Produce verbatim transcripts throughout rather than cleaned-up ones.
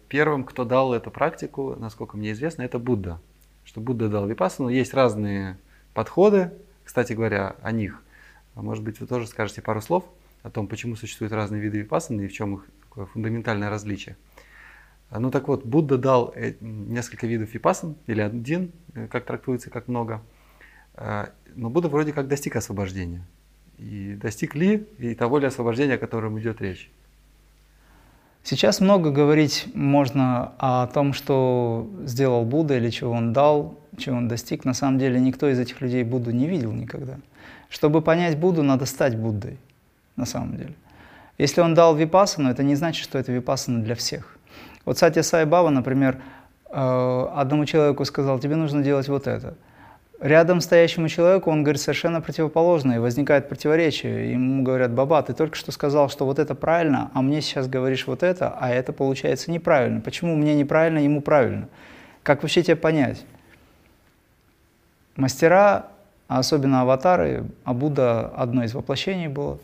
первым, кто дал эту практику, насколько мне известно, это Будда. Что Будда дал випассану. Есть разные подходы, кстати говоря, о них. Может быть, вы тоже скажете пару слов о том, почему существуют разные виды випассаны и в чем их такое фундаментальное различие. Ну так вот, Будда дал несколько видов випассан, или один, как трактуется, как много. Но Будда вроде как достиг освобождения. И достиг ли и того ли освобождения, о котором идет речь? Сейчас много говорить можно о том, что сделал Будда или чего он дал, чего он достиг. На самом деле никто из этих людей Будду не видел никогда. Чтобы понять Будду, надо стать Буддой, на самом деле. Если он дал випассану, это не значит, что это випассана для всех. Вот Сатья Сай Баба, например, одному человеку сказал: тебе нужно делать вот это. Рядом стоящему человеку он говорит совершенно противоположное, и возникает противоречие. Ему говорят: Баба, ты только что сказал, что вот это правильно, а мне сейчас говоришь вот это, а это получается неправильно. Почему мне неправильно, ему правильно? Как вообще тебе понять? Мастера, а особенно аватары, а Будда одно из воплощений было,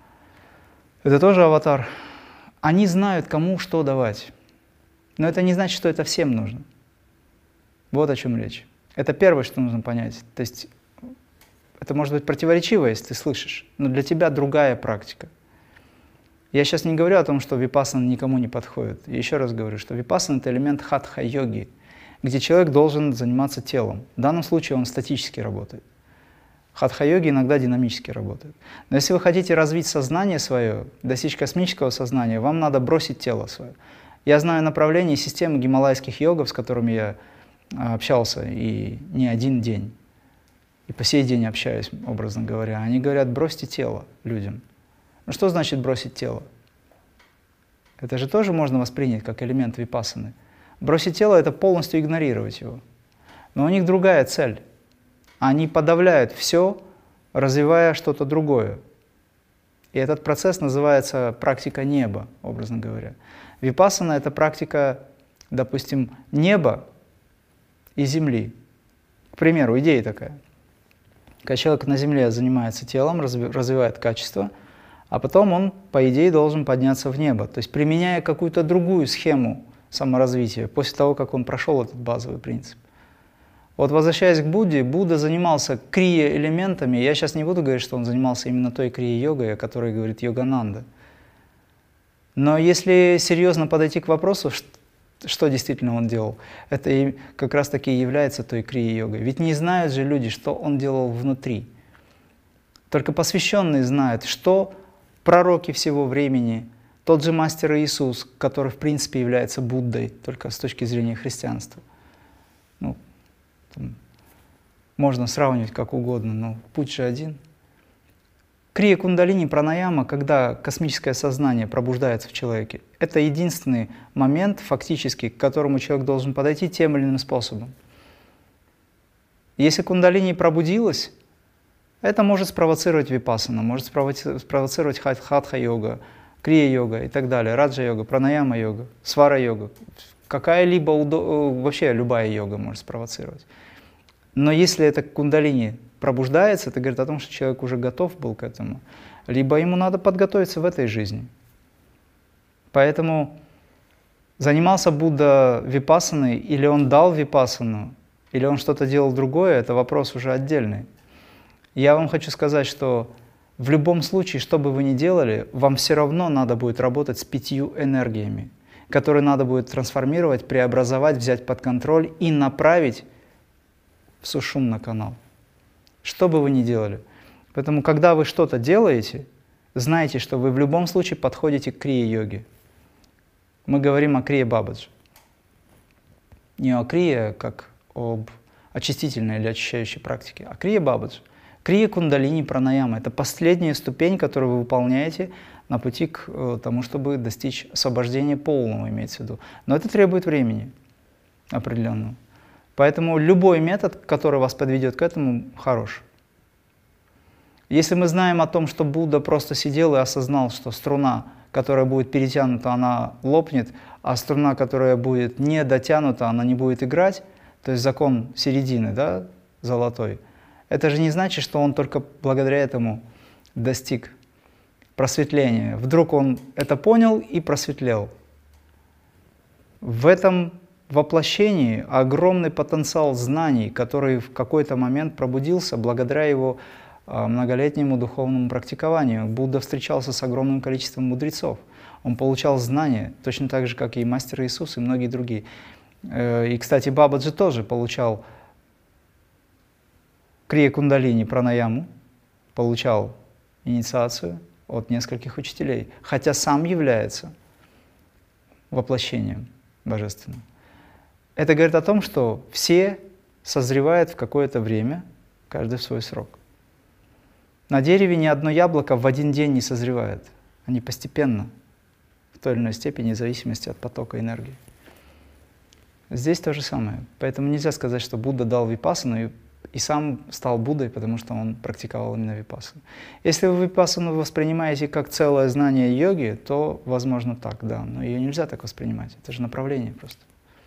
это тоже аватар, они знают, кому что давать. Но это не значит, что это всем нужно. Вот о чем речь. Это первое, что нужно понять. То есть это может быть противоречиво, если ты слышишь, но для тебя другая практика. Я сейчас не говорю о том, что випассана никому не подходит. Я еще раз говорю, что випассана — это элемент хатха-йоги, где человек должен заниматься телом. В данном случае он статически работает. Хатха-йоги иногда динамически работают. Но если вы хотите развить сознание свое, достичь космического сознания, вам надо бросить тело свое. Я знаю направление и системы гималайских йогов, с которыми я общался и не один день, и по сей день общаюсь, образно говоря. Они говорят: бросьте тело людям. Ну что значит бросить тело? Это же тоже можно воспринять как элемент випассаны. Бросить тело — это полностью игнорировать его. Но у них другая цель. Они подавляют все, развивая что-то другое. И этот процесс называется практика неба, образно говоря. Випассана — это практика, допустим, неба и земли. К примеру, идея такая. Когда человек на земле занимается телом, развивает качество, а потом он, по идее, должен подняться в небо. То есть применяя какую-то другую схему саморазвития после того, как он прошел этот базовый принцип. Вот возвращаясь к Будде, Будда занимался крия-элементами. Я сейчас не буду говорить, что он занимался именно той крия-йогой, о которой говорит Йогананда. Но если серьезно подойти к вопросу, что действительно он делал, это и как раз таки и является той крия-йогой. Ведь не знают же люди, что он делал внутри. Только посвященные знают, что пророки всего времени, тот же мастер Иисус, который в принципе является Буддой, только с точки зрения христианства. Ну, там, можно сравнивать как угодно, но путь же один. Крия кундалини пранаяма, когда космическое сознание пробуждается в человеке, это единственный момент фактически, к которому человек должен подойти тем или иным способом. Если кундалини пробудилась, это может спровоцировать випассана, может спровоцировать хатха-йога, крия-йога и так далее, раджа-йога, пранаяма-йога, свара-йога. Какая-либо, вообще любая йога может спровоцировать. Но если это кундалини пробуждается, это говорит о том, что человек уже готов был к этому, либо ему надо подготовиться в этой жизни. Поэтому занимался Будда випассаной, или он дал випассану, или он что-то делал другое, это вопрос уже отдельный. Я вам хочу сказать, что в любом случае, что бы вы ни делали, вам все равно надо будет работать с пятью энергиями, которые надо будет трансформировать, преобразовать, взять под контроль и направить в сушумна канал. Что бы вы ни делали. Поэтому, когда вы что-то делаете, знайте, что вы в любом случае подходите к крия-йоге. Мы говорим о крия-бабаджи. Не о крия, как об очистительной или очищающей практике, а крия-бабаджи. Крия кундалини пранаяма – это последняя ступень, которую вы выполняете на пути к тому, чтобы достичь освобождения полного, имеется в виду. Но это требует времени определенного. Поэтому любой метод, который вас подведет к этому, хорош. Если мы знаем о том, что Будда просто сидел и осознал, что струна, которая будет перетянута, она лопнет, а струна, которая будет не дотянута, она не будет играть, то есть закон середины, да, золотой, это же не значит, что он только благодаря этому достиг просветления. Вдруг он это понял и просветлел. В этом воплощении огромный потенциал знаний, который в какой-то момент пробудился благодаря его многолетнему духовному практикованию. Будда встречался с огромным количеством мудрецов. Он получал знания, точно так же, как и мастер Иисус и многие другие. И, кстати, Бабаджи тоже получал крия кундалини пранаяму, получал инициацию от нескольких учителей, хотя сам является воплощением божественным. Это говорит о том, что все созревают в какое-то время, каждый в свой срок. На дереве ни одно яблоко в один день не созревает. Они постепенно, в той или иной степени, в зависимости от потока энергии. Здесь то же самое. Поэтому нельзя сказать, что Будда дал випассану и, и сам стал Буддой, потому что он практиковал именно випассану. Если вы випассану воспринимаете как целое знание йоги, то, возможно, так, да. Но ее нельзя так воспринимать. Это же направление просто.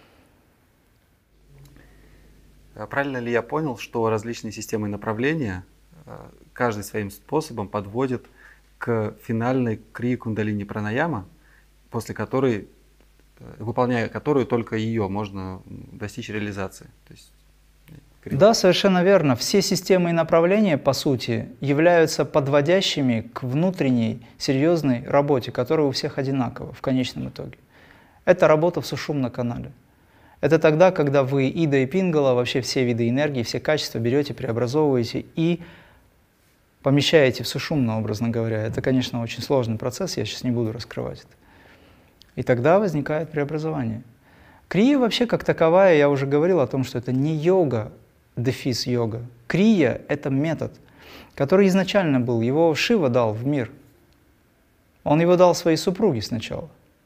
Правильно ли я понял, что различные системы направления, каждый своим способом подводит к финальной крии кундалини пранаяма, после которой, выполняя которую только ее можно достичь реализации? То есть, крия... Да, совершенно верно. Все системы и направления, по сути, являются подводящими к внутренней серьезной работе, которая у всех одинакова в конечном итоге. Это работа в сушумна канале. Это тогда, когда вы Ида и Пингала, вообще все виды энергии, все качества берете, преобразовываете и помещаете в сушумна, образно говоря. Это, конечно, очень сложный процесс, я сейчас не буду раскрывать это. И тогда возникает преобразование. Крия вообще как таковая, я уже говорил о том, что это не йога, дефис йога. Крия — это метод, который изначально был, его Шива дал в мир. Он его дал своей супруге сначала.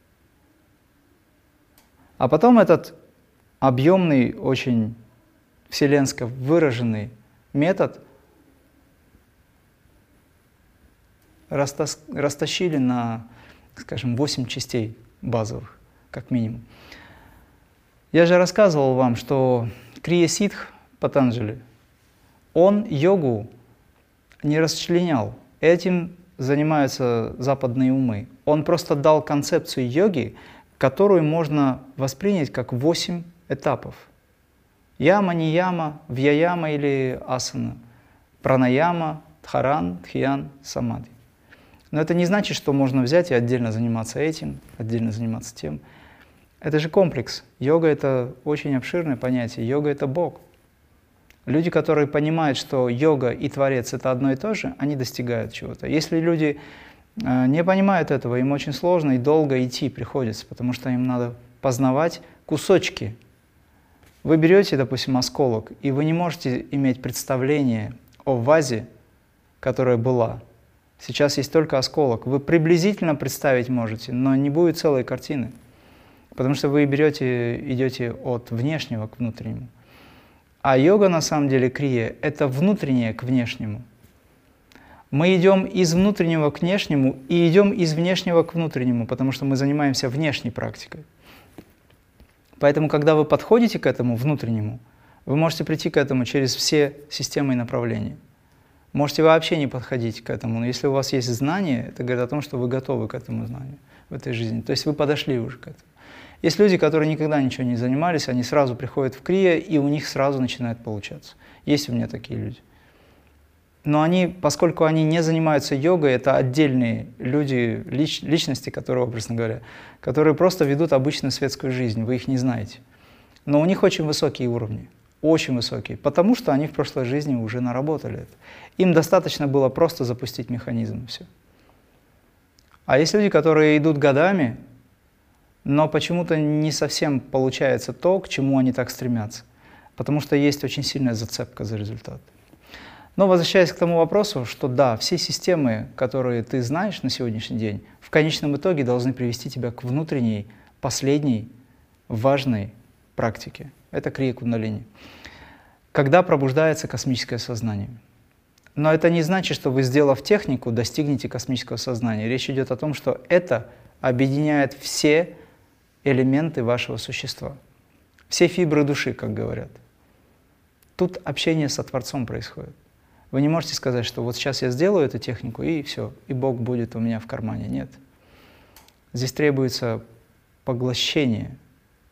А потом этот объемный, очень вселенско выраженный метод растас, растащили на, скажем, восемь частей базовых, как минимум. Я же рассказывал вам, что Крия Ситх Патанджали, он йогу не расчленял. Этим занимаются западные умы. Он просто дал концепцию йоги, которую можно воспринять как восемь этапов. Яма, нияма, вьяяма или асана, пранаяма, дхаран, дхьян, самадхи. Но это не значит, что можно взять и отдельно заниматься этим, отдельно заниматься тем. Это же комплекс. Йога — это очень обширное понятие. Йога — это Бог. Люди, которые понимают, что йога и Творец — это одно и то же, они достигают чего-то. Если люди не понимают этого, им очень сложно и долго идти приходится, потому что им надо познавать кусочки. Вы берете, допустим, осколок, и вы не можете иметь представление о вазе, которая была. Сейчас есть только осколок. Вы приблизительно представить можете, но не будет целой картины, потому что вы берете, идете от внешнего к внутреннему. А йога, на самом деле, крия — это внутреннее к внешнему. Мы идем из внутреннего к внешнему и идем из внешнего к внутреннему, потому что мы занимаемся внешней практикой. Поэтому, когда вы подходите к этому внутреннему, вы можете прийти к этому через все системы и направления. Можете вообще не подходить к этому, но если у вас есть знание, это говорит о том, что вы готовы к этому знанию в этой жизни. То есть вы подошли уже к этому. Есть люди, которые никогда ничего не занимались, они сразу приходят в крия, и у них сразу начинает получаться. Есть у меня такие люди. Но они, поскольку они не занимаются йогой, это отдельные люди, лич, личности, которые, образно говоря, которые просто ведут обычную светскую жизнь, вы их не знаете. Но у них очень высокие уровни, очень высокие, потому что они в прошлой жизни уже наработали это. Им достаточно было просто запустить механизм, и все. А есть люди, которые идут годами, но почему-то не совсем получается то, к чему они так стремятся, потому что есть очень сильная зацепка за результат. Но возвращаясь к тому вопросу, что да, все системы, которые ты знаешь на сегодняшний день, в конечном итоге должны привести тебя к внутренней, последней, важной практике. Это крия кундалини. Когда пробуждается космическое сознание. Но это не значит, что вы, сделав технику, достигнете космического сознания. Речь идет о том, что это объединяет все элементы вашего существа. Все фибры души, как говорят. Тут общение со Творцом происходит. Вы не можете сказать, что вот сейчас я сделаю эту технику, и все, и Бог будет у меня в кармане. Нет. Здесь требуется поглощение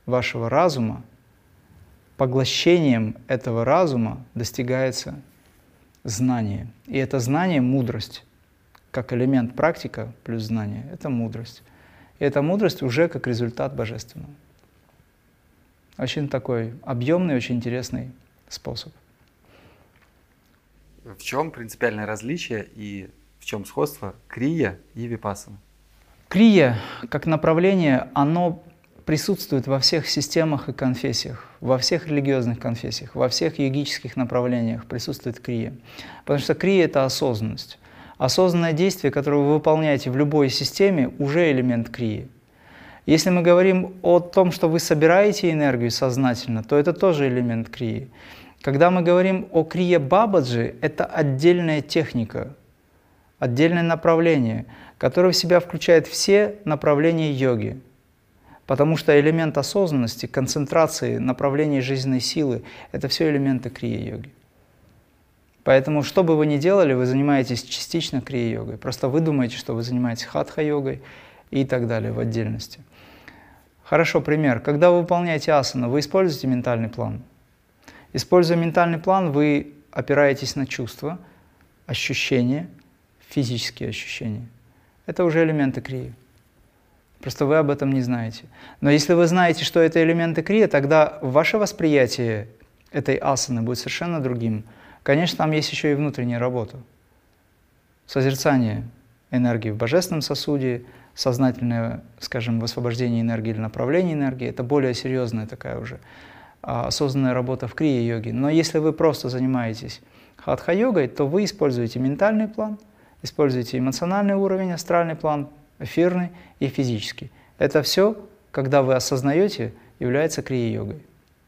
вашего разума, поглощением этого разума достигается знание. И это знание — мудрость. Как элемент практика плюс знание — это мудрость. И эта мудрость уже как результат божественного. Очень такой объемный, очень интересный способ. В чем принципиальное различие и в чем сходство крия и випассаны? Крия, как направление, оно присутствует во всех системах и конфессиях, во всех религиозных конфессиях, во всех йогических направлениях присутствует крия. Потому что крия — это осознанность. Осознанное действие, которое вы выполняете в любой системе, уже элемент крии. Если мы говорим о том, что вы собираете энергию сознательно, то это тоже элемент крии. Когда мы говорим о крие бабаджи, это отдельная техника, отдельное направление, которое в себя включает все направления йоги. Потому что элемент осознанности, концентрации, направления жизненной силы — это все элементы крия-йоги. Поэтому, что бы вы ни делали, вы занимаетесь частично крия-йогой. Просто вы думаете, что вы занимаетесь хатха-йогой и так далее в отдельности. Хорошо, пример. Когда вы выполняете асану, вы используете ментальный план. Используя ментальный план, вы опираетесь на чувства, ощущения, физические ощущения. Это уже элементы крии. Просто вы об этом не знаете. Но если вы знаете, что это элементы крия, тогда ваше восприятие этой асаны будет совершенно другим. Конечно, там есть еще и внутренняя работа. Созерцание энергии в божественном сосуде, сознательное, скажем, высвобождение энергии или направление энергии — это более серьезная такая уже осознанная работа в крия-йоге. Но если вы просто занимаетесь хатха-йогой, то вы используете ментальный план, используете эмоциональный уровень, астральный план, эфирный и физический. Это все, когда вы осознаете, является крия-йогой.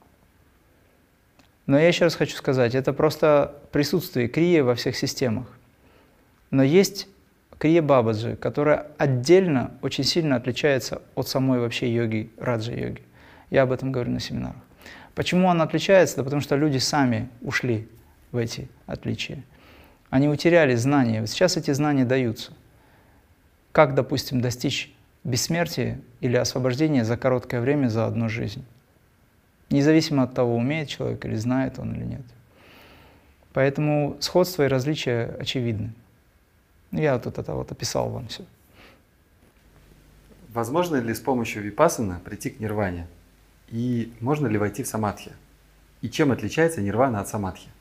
Но я еще раз хочу сказать, это просто присутствие крия во всех системах. Но есть крия бабаджи, которая отдельно очень сильно отличается от самой вообще йоги, раджа-йоги. Я об этом говорю на семинарах. Почему она отличается? Да потому что люди сами ушли в эти отличия. Они утеряли знания. Вот сейчас эти знания даются. Как, допустим, достичь бессмертия или освобождения за короткое время, за одну жизнь. Независимо от того, умеет человек или знает он или нет. Поэтому сходство и различия очевидны. Я тут это вот описал вам все. Возможно ли с помощью випассаны прийти к нирване? И можно ли войти в самадхи? И чем отличается нирвана от самадхи?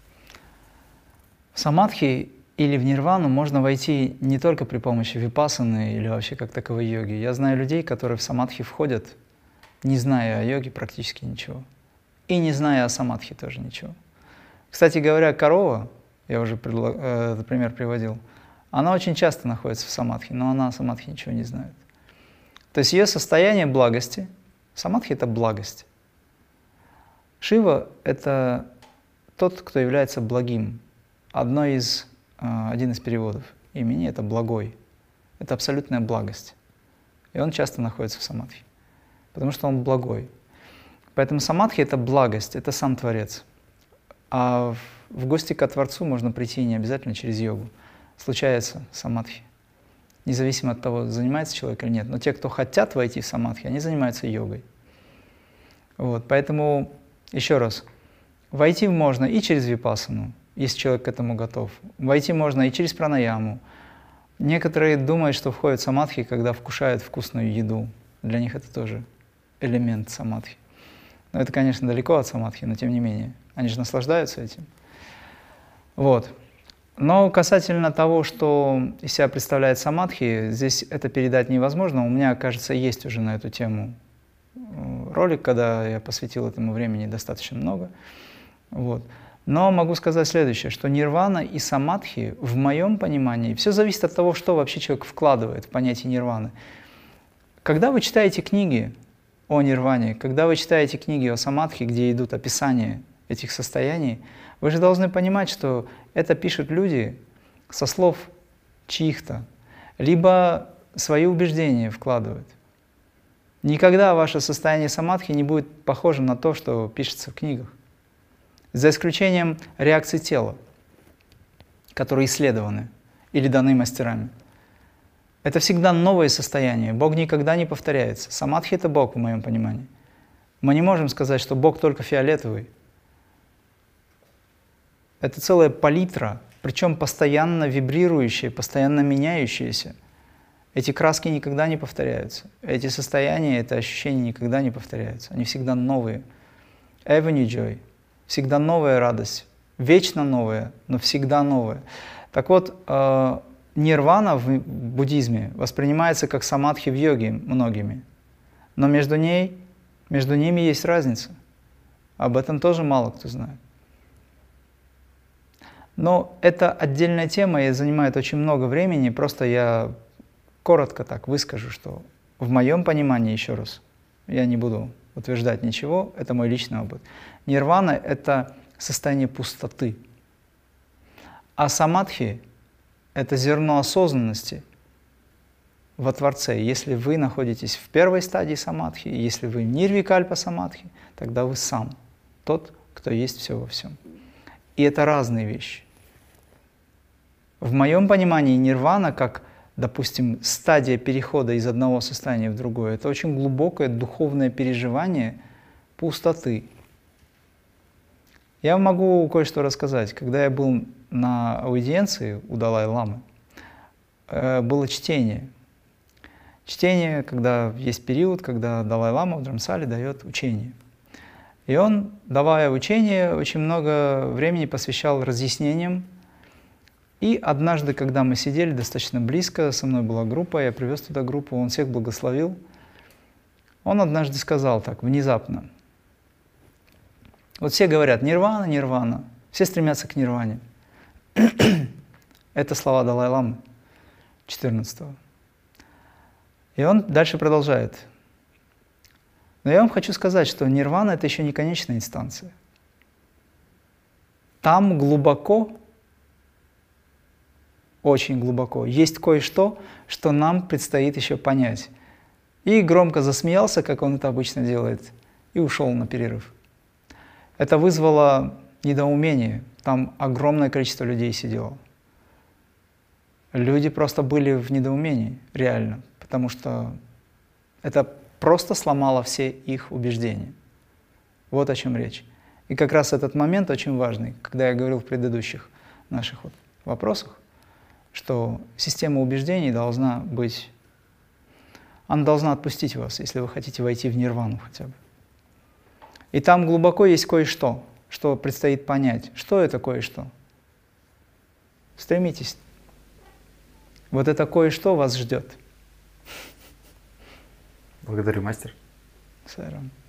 В самадхи или в нирвану можно войти не только при помощи випассаны или вообще как таковой йоги. Я знаю людей, которые в самадхи входят, не зная о йоге практически ничего. И не зная о самадхи тоже ничего. Кстати говоря, корова, я уже предлаг... этот пример приводил, она очень часто находится в самадхи, но она о самадхи ничего не знает. То есть ее состояние благости, самадхи — это благость. Шива — это тот, кто является благим. Одно из, один из переводов имени — это благой. Это абсолютная благость. И он часто находится в самадхи, потому что он благой. Поэтому самадхи — это благость, это сам Творец. А в, в гости ко Творцу можно прийти не обязательно через йогу. Случается самадхи. Независимо от того, занимается человек или нет. Но те, кто хотят войти в самадхи, они занимаются йогой. Вот, поэтому, еще раз, войти можно и через випассану, если человек к этому готов. Войти можно и через пранаяму. Некоторые думают, что входят в самадхи, когда вкушают вкусную еду. Для них это тоже элемент самадхи. Но это, конечно, далеко от самадхи, но тем не менее. Они же наслаждаются этим. Вот. Но касательно того, что из себя представляет самадхи, здесь это передать невозможно. У меня, кажется, есть уже на эту тему ролик, когда я посвятил этому времени достаточно много. Вот. Но могу сказать следующее, что нирвана и самадхи, в моем понимании, все зависит от того, что вообще человек вкладывает в понятие нирваны. Когда вы читаете книги о нирване, когда вы читаете книги о самадхи, где идут описания этих состояний, вы же должны понимать, что это пишут люди со слов чьих-то, либо свои убеждения вкладывают. Никогда ваше состояние самадхи не будет похоже на то, что пишется в книгах. За исключением реакций тела, которые исследованы или даны мастерами. Это всегда новое состояние. Бог никогда не повторяется. Самадхи — это Бог, в моем понимании. Мы не можем сказать, что Бог только фиолетовый. Это целая палитра, причем постоянно вибрирующая, постоянно меняющаяся. Эти краски никогда не повторяются. Эти состояния, это ощущения никогда не повторяются. Они всегда новые. Avenue Joy. Всегда новая радость. Вечно новая, но всегда новая. Так вот, э, нирвана в буддизме воспринимается как самадхи в йоге многими. Но между ней, между ними есть разница. Об этом тоже мало кто знает. Но это отдельная тема и занимает очень много времени. Просто я коротко так выскажу, что в моем понимании, еще раз, я не буду утверждать ничего, это мой личный опыт. Нирвана — это состояние пустоты. А самадхи — это зерно осознанности во Творце. Если вы находитесь в первой стадии самадхи, если вы нирвикальпа самадхи, тогда вы сам, тот, кто есть все во всем. И это разные вещи. В моем понимании нирвана, как, допустим, стадия перехода из одного состояния в другое, это очень глубокое духовное переживание пустоты. Я могу кое-что рассказать. Когда я был на аудиенции у Далай-ламы, было чтение. Чтение, когда есть период, когда Далай-лама в Драмсале дает учение. И он, давая учение, очень много времени посвящал разъяснениям. И однажды, когда мы сидели достаточно близко, со мной была группа, я привез туда группу, он всех благословил. Он однажды сказал так, внезапно. Вот все говорят «нирвана, нирвана», все стремятся к нирване. Это слова Далай-ламы четырнадцатого. И он дальше продолжает. Но я вам хочу сказать, что нирвана — это еще не конечная инстанция. Там глубоко, очень глубоко, есть кое-что, что нам предстоит еще понять. И громко засмеялся, как он это обычно делает, и ушел на перерыв. Это вызвало недоумение. Там огромное количество людей сидело. Люди просто были в недоумении, реально, потому что это просто сломало все их убеждения. Вот о чем речь. И как раз этот момент очень важный, когда я говорил в предыдущих наших вот вопросах, что система убеждений должна быть, она должна отпустить вас, если вы хотите войти в нирвану хотя бы. И там глубоко есть кое-что, что предстоит понять. Что это кое-что? Стремитесь. Вот это кое-что вас ждет. Благодарю, мастер. Сайрам.